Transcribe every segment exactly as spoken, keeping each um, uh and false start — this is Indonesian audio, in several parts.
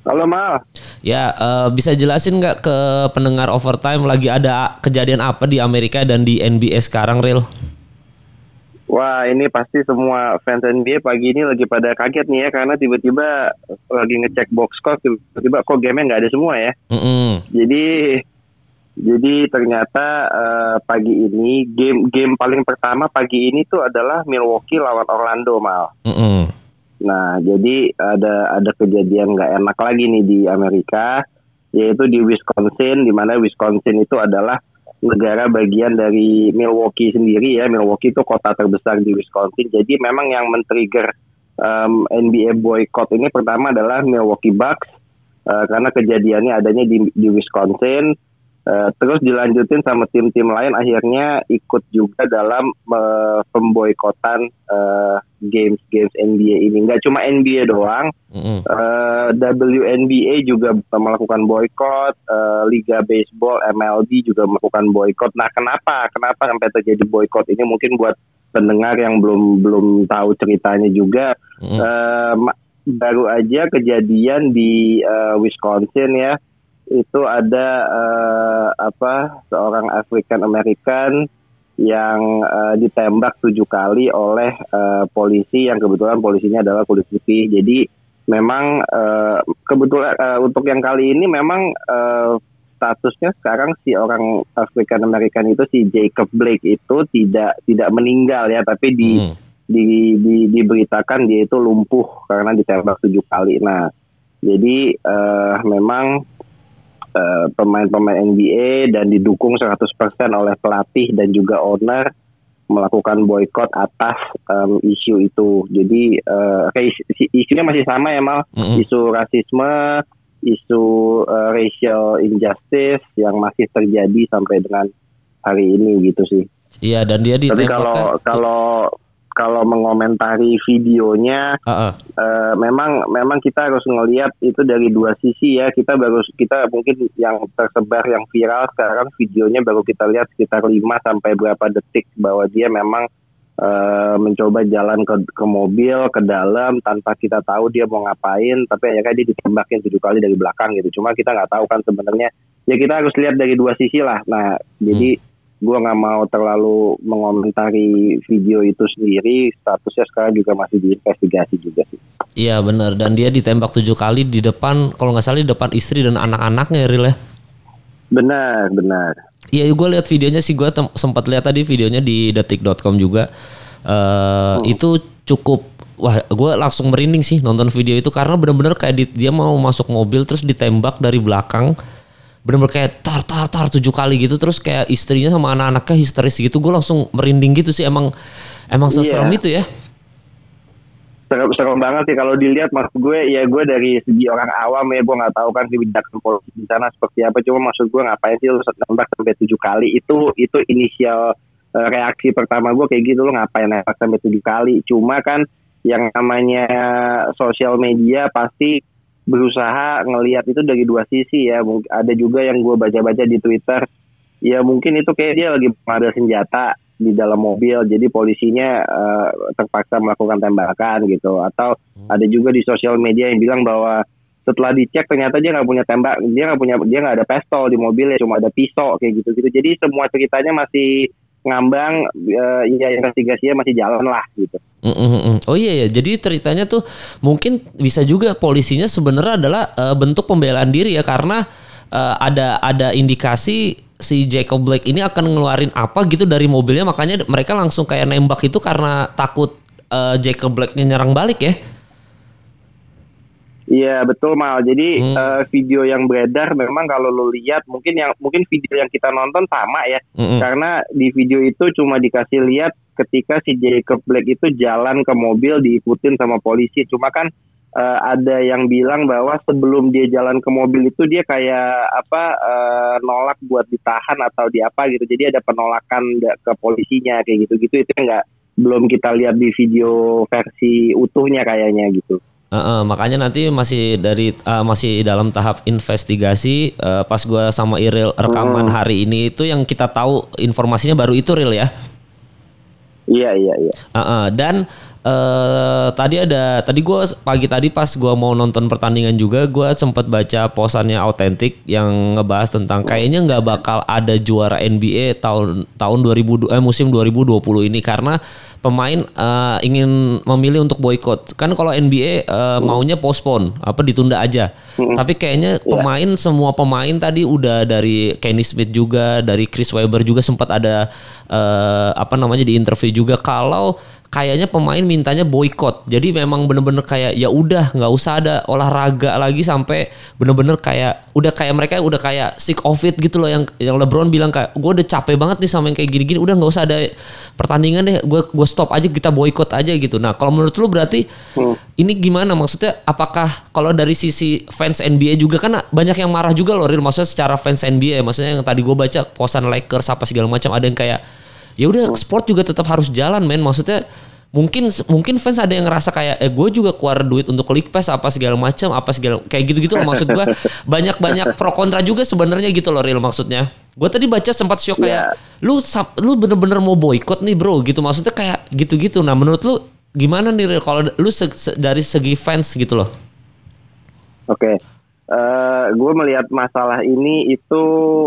Halo Mal. Ya, uh, bisa jelasin nggak ke pendengar Overtime lagi ada kejadian apa di Amerika dan di N B A sekarang, Ril? Wah, ini pasti semua fans N B A pagi ini lagi pada kaget nih ya, karena tiba-tiba lagi ngecek box score, tiba-tiba kok game-nya nggak ada semua ya. Mm-hmm. Jadi, jadi ternyata uh, pagi ini game game paling pertama pagi ini tuh adalah Milwaukee lawan Orlando, Mal. Mm-hmm. Nah, jadi ada ada kejadian nggak enak lagi nih di Amerika, yaitu di Wisconsin, di mana Wisconsin itu adalah negara bagian dari Milwaukee sendiri ya. Milwaukee itu kota terbesar di Wisconsin. Jadi memang yang men-trigger um, N B A boycott ini pertama adalah Milwaukee Bucks, uh, karena kejadiannya adanya di, di Wisconsin. Uh, terus dilanjutin sama tim-tim lain akhirnya ikut juga dalam uh, pemboikotan uh, games-games N B A ini. Nggak cuma N B A doang, mm-hmm. uh, W N B A juga melakukan boikot, uh, Liga Baseball M L B juga melakukan boikot. Nah, kenapa? Kenapa sampai terjadi boikot ini? Mungkin buat pendengar yang belum belum tahu ceritanya juga, mm-hmm. uh, baru aja kejadian di uh, Wisconsin ya. Itu ada uh, apa seorang African American yang uh, ditembak tujuh kali oleh uh, polisi yang kebetulan polisinya adalah kulit putih. Jadi memang uh, kebetulan uh, untuk yang kali ini memang uh, statusnya sekarang si orang African American itu si Jacob Blake itu tidak tidak meninggal ya, tapi di, hmm. di, di diberitakan dia itu lumpuh karena ditembak tujuh kali. Nah, jadi uh, memang Uh, pemain-pemain N B A dan didukung seratus persen oleh pelatih dan juga owner melakukan boykot atas um, isu itu. Jadi uh, is- isunya masih sama ya Mal, mm-hmm. isu rasisme, isu uh, racial injustice yang masih terjadi sampai dengan hari ini gitu sih. Iya, dan dia ditembak. Tapi kalau kalau kalau mengomentari videonya, uh-uh. uh, memang memang kita harus ngelihat itu dari dua sisi ya. Kita baru kita mungkin yang tersebar yang viral sekarang videonya baru kita lihat sekitar lima sampai berapa detik bahwa dia memang uh, mencoba jalan ke ke mobil ke dalam tanpa kita tahu dia mau ngapain, tapi akhirnya dia ditembakin tujuh kali dari belakang gitu. Cuma kita nggak tahu kan sebenarnya. Ya kita harus lihat dari dua sisi lah. Nah, hmm. jadi gue nggak mau terlalu mengomentari video itu sendiri, statusnya sekarang juga masih diinvestigasi juga sih. Iya benar, dan dia ditembak tujuh kali di depan, kalau nggak salah di depan istri dan anak-anaknya, Ril ya. Benar, benar. Iya, gue lihat videonya sih, gue tem- sempat lihat tadi videonya di detik dot com juga. Uh, hmm. Itu cukup, wah gue langsung merinding sih nonton video itu karena benar-benar kayak di, dia mau masuk mobil terus ditembak dari belakang. Bener-bener kayak tar tar tar tujuh kali gitu, terus kayak istrinya sama anak-anaknya histeris gitu. Gue langsung merinding gitu sih, emang emang seserem yeah. itu ya. Serem, serem banget sih kalau dilihat. Maksud gue ya, gue dari segi orang awam ya, gue nggak tahu kan kebijakan polisi di sana seperti apa. Cuma maksud gue ngapain sih lu nembak sampai tujuh kali? Itu itu inisial uh, reaksi pertama gue kayak gitu, lu ngapain nembak sampai tujuh kali? Cuma kan yang namanya sosial media pasti berusaha ngelihat itu dari dua sisi ya. Ada juga yang gue baca-baca di Twitter, ya mungkin itu kayak dia lagi ada senjata di dalam mobil, jadi polisinya uh, terpaksa melakukan tembakan gitu. Atau hmm. ada juga di sosial media yang bilang bahwa setelah dicek ternyata dia nggak punya tembak, dia nggak punya dia nggak ada pistol di mobilnya, cuma ada pisau kayak gitu-gitu. Jadi semua ceritanya masih ngambang, uh, ya investigasinya masih jalan lah gitu. Mm-mm. Oh iya ya, jadi ceritanya tuh mungkin bisa juga polisinya sebenarnya adalah uh, bentuk pembelaan diri ya, karena uh, ada ada indikasi si Jacob Blake ini akan ngeluarin apa gitu dari mobilnya, makanya mereka langsung kayak nembak itu karena takut uh, Jacob Blake-nya nyerang balik ya. Iya betul Mal. Jadi hmm. uh, video yang beredar memang kalau lo lihat mungkin yang mungkin video yang kita nonton sama ya, hmm. karena di video itu cuma dikasih lihat ketika si Jacob Blake itu jalan ke mobil diikutin sama polisi. Cuma kan uh, ada yang bilang bahwa sebelum dia jalan ke mobil itu dia kayak apa uh, nolak buat ditahan atau di apa gitu. Jadi ada penolakan ke polisinya kayak gitu-gitu. Itu nggak belum kita lihat di video versi utuhnya kayaknya gitu. Uh, uh, makanya nanti masih dari uh, masih dalam tahap investigasi. Uh, pas gue sama Iril rekaman hmm. hari ini itu yang kita tahu informasinya baru itu, Ril ya. Iya iya iya. Uh, uh, dan eh tadi ada tadi gue pagi tadi pas gue mau nonton pertandingan juga gue sempat baca posannya Authentic yang ngebahas tentang kayaknya nggak bakal ada juara N B A tahun tahun dua ribu eh musim dua ribu dua puluh ini karena pemain uh, ingin memilih untuk boykot. Kan kalau N B A uh, maunya postpone, apa ditunda aja. Hmm. Tapi kayaknya pemain yeah. semua pemain tadi udah dari Kenny Smith juga, dari Chris Webber juga sempat ada uh, apa namanya di interview juga kalau kayaknya pemain mintanya boykot. Jadi memang bener-bener kayak ya udah nggak usah ada olahraga lagi sampai bener-bener kayak udah kayak mereka udah kayak sick of it gitu loh yang yang LeBron bilang kayak gue udah capek banget nih sama yang kayak gini-gini. Udah nggak usah ada pertandingan deh. Gue gue stop aja kita boykot aja gitu. Nah kalau menurut lu berarti hmm. ini gimana maksudnya? Apakah kalau dari sisi fans N B A juga kan banyak yang marah juga loh Real maksudnya secara fans N B A maksudnya yang tadi gue baca posan Lakers apa segala macam ada yang kayak ya udah sport juga tetap harus jalan men maksudnya mungkin mungkin fans ada yang ngerasa kayak eh gue juga keluar duit untuk League Pass apa segala macam apa segala kayak gitu-gitu loh maksud gue banyak-banyak pro kontra juga sebenarnya gitu loh Real maksudnya gue tadi baca sempat shock kayak yeah. lu lu bener-bener mau boykot nih bro gitu maksudnya kayak gitu-gitu. Nah menurut lu gimana nih Real kalau lu se- se- dari segi fans gitu loh? Oke. Okay. Uh, gue melihat masalah ini itu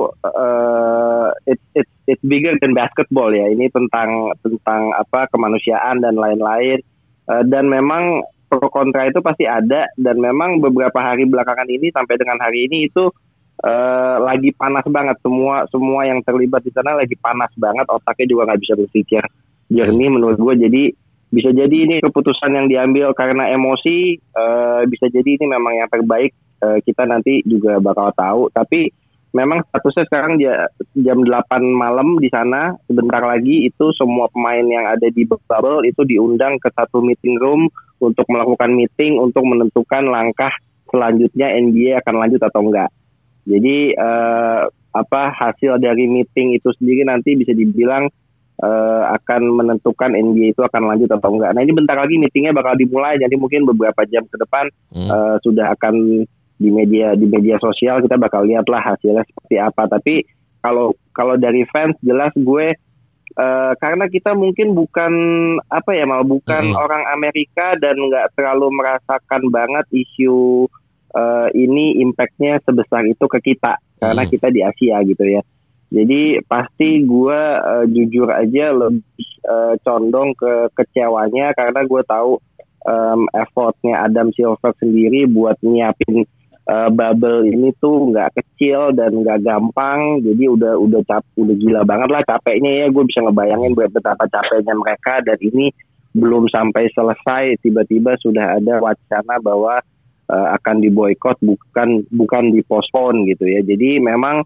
uh, it, it, it's bigger than basketball ya. Ini tentang tentang apa kemanusiaan dan lain-lain. Uh, dan memang pro kontra itu pasti ada. Dan memang beberapa hari belakangan ini sampai dengan hari ini itu uh, lagi panas banget. Semua semua yang terlibat di sana lagi panas banget. Otaknya juga nggak bisa berpikir jernih menurut gue. Jadi bisa jadi ini keputusan yang diambil karena emosi. Uh, bisa jadi ini memang yang terbaik. Kita nanti juga bakal tahu. Tapi memang statusnya sekarang jam delapan malam di sana. Sebentar lagi itu semua pemain yang ada di bubble itu diundang ke satu meeting room untuk melakukan meeting untuk menentukan langkah selanjutnya N B A akan lanjut atau enggak. Jadi eh, apa hasil dari meeting itu sendiri nanti bisa dibilang eh, akan menentukan N B A itu akan lanjut atau enggak. Nah ini bentar lagi meetingnya bakal dimulai. Jadi mungkin beberapa jam ke depan hmm. eh, sudah akan di media di media sosial kita bakal lihatlah hasilnya seperti apa. Tapi kalau kalau dari fans jelas gue uh, karena kita mungkin bukan apa ya mal bukan mm-hmm. orang Amerika dan nggak terlalu merasakan banget isu uh, ini impactnya sebesar itu ke kita karena mm-hmm. kita di Asia gitu ya. Jadi pasti gue uh, jujur aja lebih uh, condong ke kecewanya karena gue tahu um, effortnya Adam Silver sendiri buat nyiapin Uh, bubble ini tuh nggak kecil dan nggak gampang, jadi udah udah cap, udah gila banget lah capeknya ya. Gue bisa ngebayangin betapa capeknya mereka dan ini belum sampai selesai tiba-tiba sudah ada wacana bahwa uh, akan diboykot bukan bukan dipospon gitu ya. Jadi memang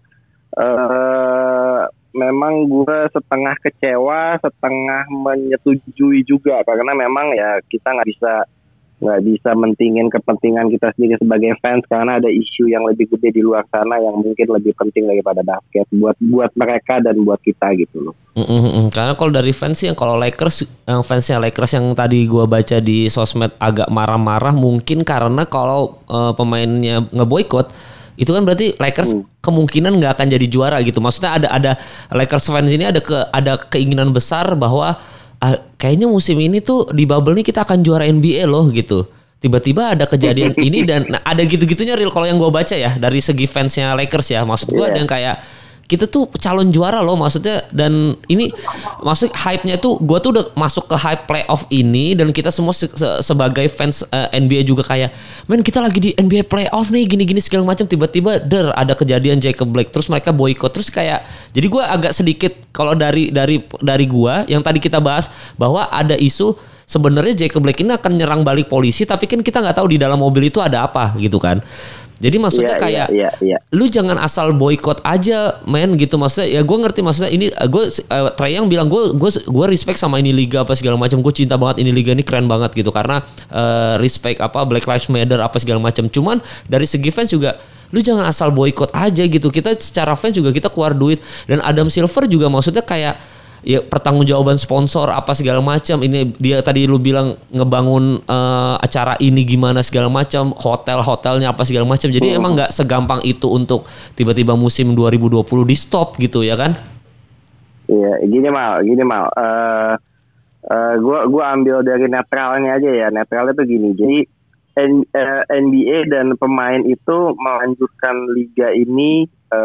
uh, memang gue setengah kecewa, setengah menyetujui juga karena memang ya kita nggak bisa nggak bisa mentingin kepentingan kita sendiri sebagai fans karena ada isu yang lebih gede di luar sana yang mungkin lebih penting daripada basket buat buat mereka dan buat kita gitu loh. Mm-hmm. Karena kalau dari fans yang kalau Lakers yang fansnya Lakers yang tadi gua baca di sosmed agak marah-marah mungkin karena kalau uh, pemainnya ngeboikot itu kan berarti Lakers hmm. kemungkinan nggak akan jadi juara gitu. Maksudnya ada ada Lakers fans ini ada ke ada keinginan besar bahwa Uh, kayaknya musim ini tuh di bubble nih kita akan juara N B A loh gitu. Tiba-tiba ada kejadian ini dan nah, ada gitu-gitunya Real kalau yang gue baca ya dari segi fansnya Lakers ya. Maksud gue yeah. ada yang kayak kita tuh calon juara loh maksudnya dan ini maksud hype-nya tuh gue tuh udah masuk ke hype playoff ini dan kita semua se- se- sebagai fans uh, N B A juga kayak men kita lagi di N B A playoff nih gini-gini segala macam tiba-tiba der ada kejadian Jacob Blake terus mereka boykot terus kayak jadi gue agak sedikit kalau dari dari dari gue yang tadi kita bahas bahwa ada isu sebenarnya Jacob Blake ini akan nyerang balik polisi tapi kan kita nggak tahu di dalam mobil itu ada apa gitu kan. Jadi maksudnya yeah, kayak yeah, yeah, yeah. lu jangan asal boykot aja men gitu maksudnya ya gue ngerti maksudnya ini gue uh, Trae Young bilang gue gue gue respect sama ini liga apa segala macam gue cinta banget ini liga ini keren banget gitu karena uh, respect apa Black Lives Matter apa segala macam cuman dari segi fans juga lu jangan asal boykot aja gitu kita secara fans juga kita keluar duit dan Adam Silver juga maksudnya kayak ya pertanggungjawaban sponsor apa segala macam ini dia tadi lu bilang ngebangun uh, acara ini gimana segala macam hotel-hotelnya apa segala macam jadi hmm. emang nggak segampang itu untuk tiba-tiba musim dua ribu dua puluh di stop gitu ya kan? Iya gini mal gini mal uh, uh, gua gua ambil dari netralnya aja ya. Netralnya tuh gini. Jadi N, uh, N B A dan pemain itu melanjutkan liga ini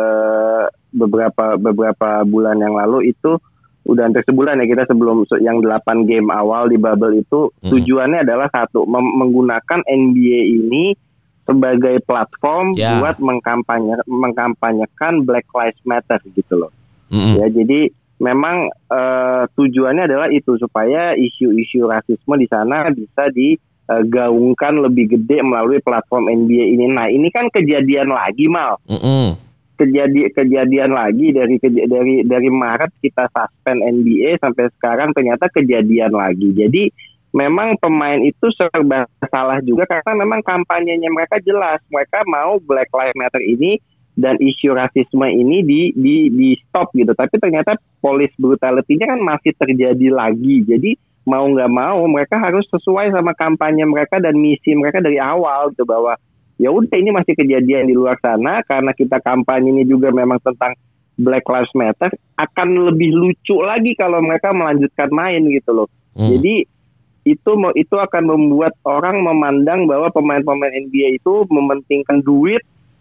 uh, beberapa beberapa bulan yang lalu itu udah hampir sebulan ya kita sebelum yang delapan game awal di bubble itu hmm. tujuannya adalah satu mem- menggunakan N B A ini sebagai platform yeah. buat mengkampanye mengkampanyekan Black Lives Matter gitu loh. Mm-hmm. Ya jadi memang uh, tujuannya adalah itu supaya isu-isu rasisme di sana bisa digaungkan uh, lebih gede melalui platform N B A ini. Nah, ini kan kejadian lagi, Mal. Mm-hmm. Kejadi- kejadian lagi dari dari dari Maret kita suspend N B A sampai sekarang ternyata kejadian lagi. Jadi memang pemain itu serba salah juga karena memang kampanyenya mereka jelas, mereka mau Black Lives Matter ini dan isu rasisme ini di di di stop gitu. Tapi ternyata police brutality-nya kan masih terjadi lagi. Jadi mau nggak mau mereka harus sesuai sama kampanye mereka dan misi mereka dari awal gitu bahwa ya udah ini masih kejadian di luar sana karena kita kampanye ini juga memang tentang Black Lives Matter, akan lebih lucu lagi kalau mereka melanjutkan main gitu loh. Hmm. Jadi itu itu akan membuat orang memandang bahwa pemain-pemain N B A itu mementingkan duit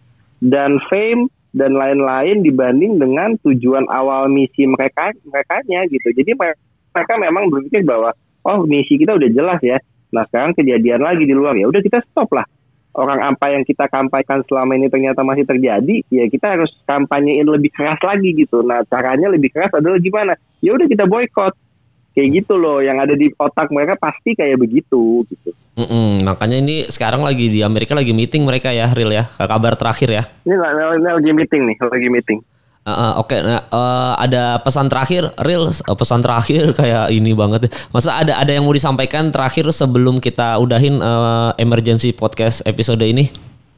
dan fame dan lain-lain dibanding dengan tujuan awal misi mereka merekanya gitu. Jadi mereka memang berpikir bahwa oh misi kita udah jelas ya. Nah sekarang kejadian lagi di luar, ya udah kita stop lah. Orang apa yang kita kampaikan selama ini ternyata masih terjadi, ya kita harus kampanyein lebih keras lagi gitu. Nah caranya lebih keras adalah gimana? Ya udah kita boykot. Kayak gitu loh, yang ada di otak mereka pasti kayak begitu gitu. Mm-mm, makanya ini sekarang lagi di Amerika lagi meeting mereka ya, Real ya, kabar terakhir ya. Ini, ini lagi meeting nih, lagi meeting. Uh, uh, Oke, okay. nah, uh, ada pesan terakhir, Real, uh, pesan terakhir kayak ini banget. Masa ada ada yang mau disampaikan terakhir sebelum kita udahin uh, emergency podcast episode ini?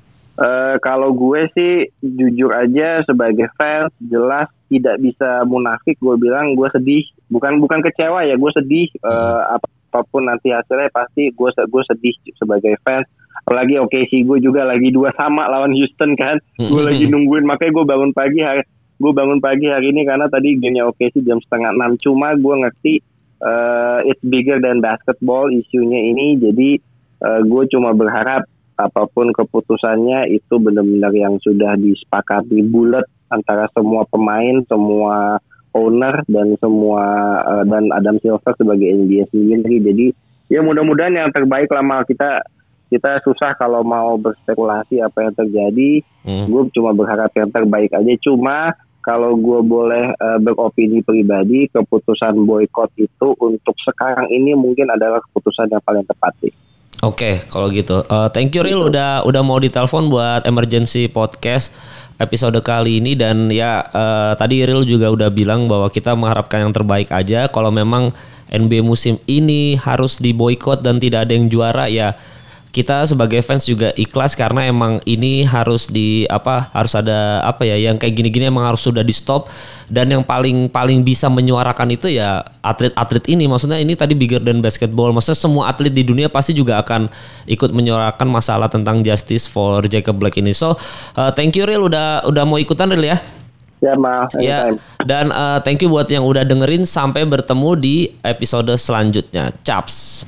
Uh, kalau gue sih jujur aja sebagai fans jelas tidak bisa munafik, gue bilang gue sedih, bukan bukan kecewa ya, gue sedih uh, apapun nanti hasilnya pasti gue gue sedih sebagai fans. Apalagi oke okay, sih gue juga lagi dua sama lawan Houston kan, gue lagi nungguin, makanya gue bangun pagi hari gue bangun pagi hari ini karena tadi gamenya oke okay sih jam setengah enam. Cuma gue ngerti uh, it's bigger than basketball isunya ini, jadi uh, gue cuma berharap apapun keputusannya itu benar-benar yang sudah disepakati bulat antara semua pemain, semua owner dan semua uh, dan Adam Silver sebagai N B A sendiri. Jadi ya mudah-mudahan yang terbaik lah, Mal. Kita kita susah kalau mau berspekulasi apa yang terjadi. Hmm. Gue cuma berharap yang terbaik aja. Cuma kalau gue boleh uh, beropini pribadi, keputusan boykot itu untuk sekarang ini mungkin adalah keputusan yang paling tepat sih. Oke, okay, kalau gitu. Uh, thank you Ril udah udah mau ditelepon buat emergency podcast episode kali ini, dan ya uh, tadi Ril juga udah bilang bahwa kita mengharapkan yang terbaik aja. Kalau memang N B A musim ini harus diboikot dan tidak ada yang juara, ya kita sebagai fans juga ikhlas karena emang ini harus di apa harus ada apa ya yang kayak gini-gini emang harus sudah di stop, dan yang paling paling bisa menyuarakan itu ya atlet-atlet ini. Maksudnya ini tadi bigger than basketball, maksudnya semua atlet di dunia pasti juga akan ikut menyuarakan masalah tentang justice for Jacob Blake ini. So uh, thank you Ril udah udah mau ikutan Ril ya. Ya maaf. Ya, dan uh, thank you buat yang udah dengerin, sampai bertemu di episode selanjutnya. Caps.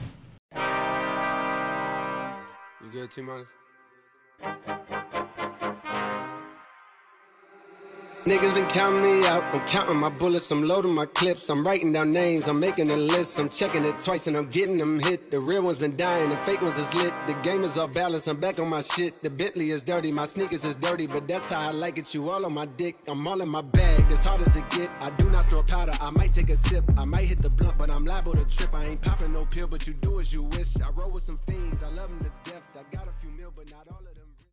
T-minus. Niggas been counting me out, I'm counting my bullets, I'm loading my clips, I'm writing down names, I'm making a list, I'm checking it twice and I'm getting them hit. The real ones been dying, the fake ones is lit, the game is off balance, I'm back on my shit. The Bentley is dirty, my sneakers is dirty, but that's how I like it, you all on my dick, I'm all in my bag, as hard as it get. I do not store powder, I might take a sip, I might hit the blunt, but I'm liable to trip. I ain't popping no pill, but you do as you wish. I roll with some fiends, I love them to death, I got a few mil, but not all of them.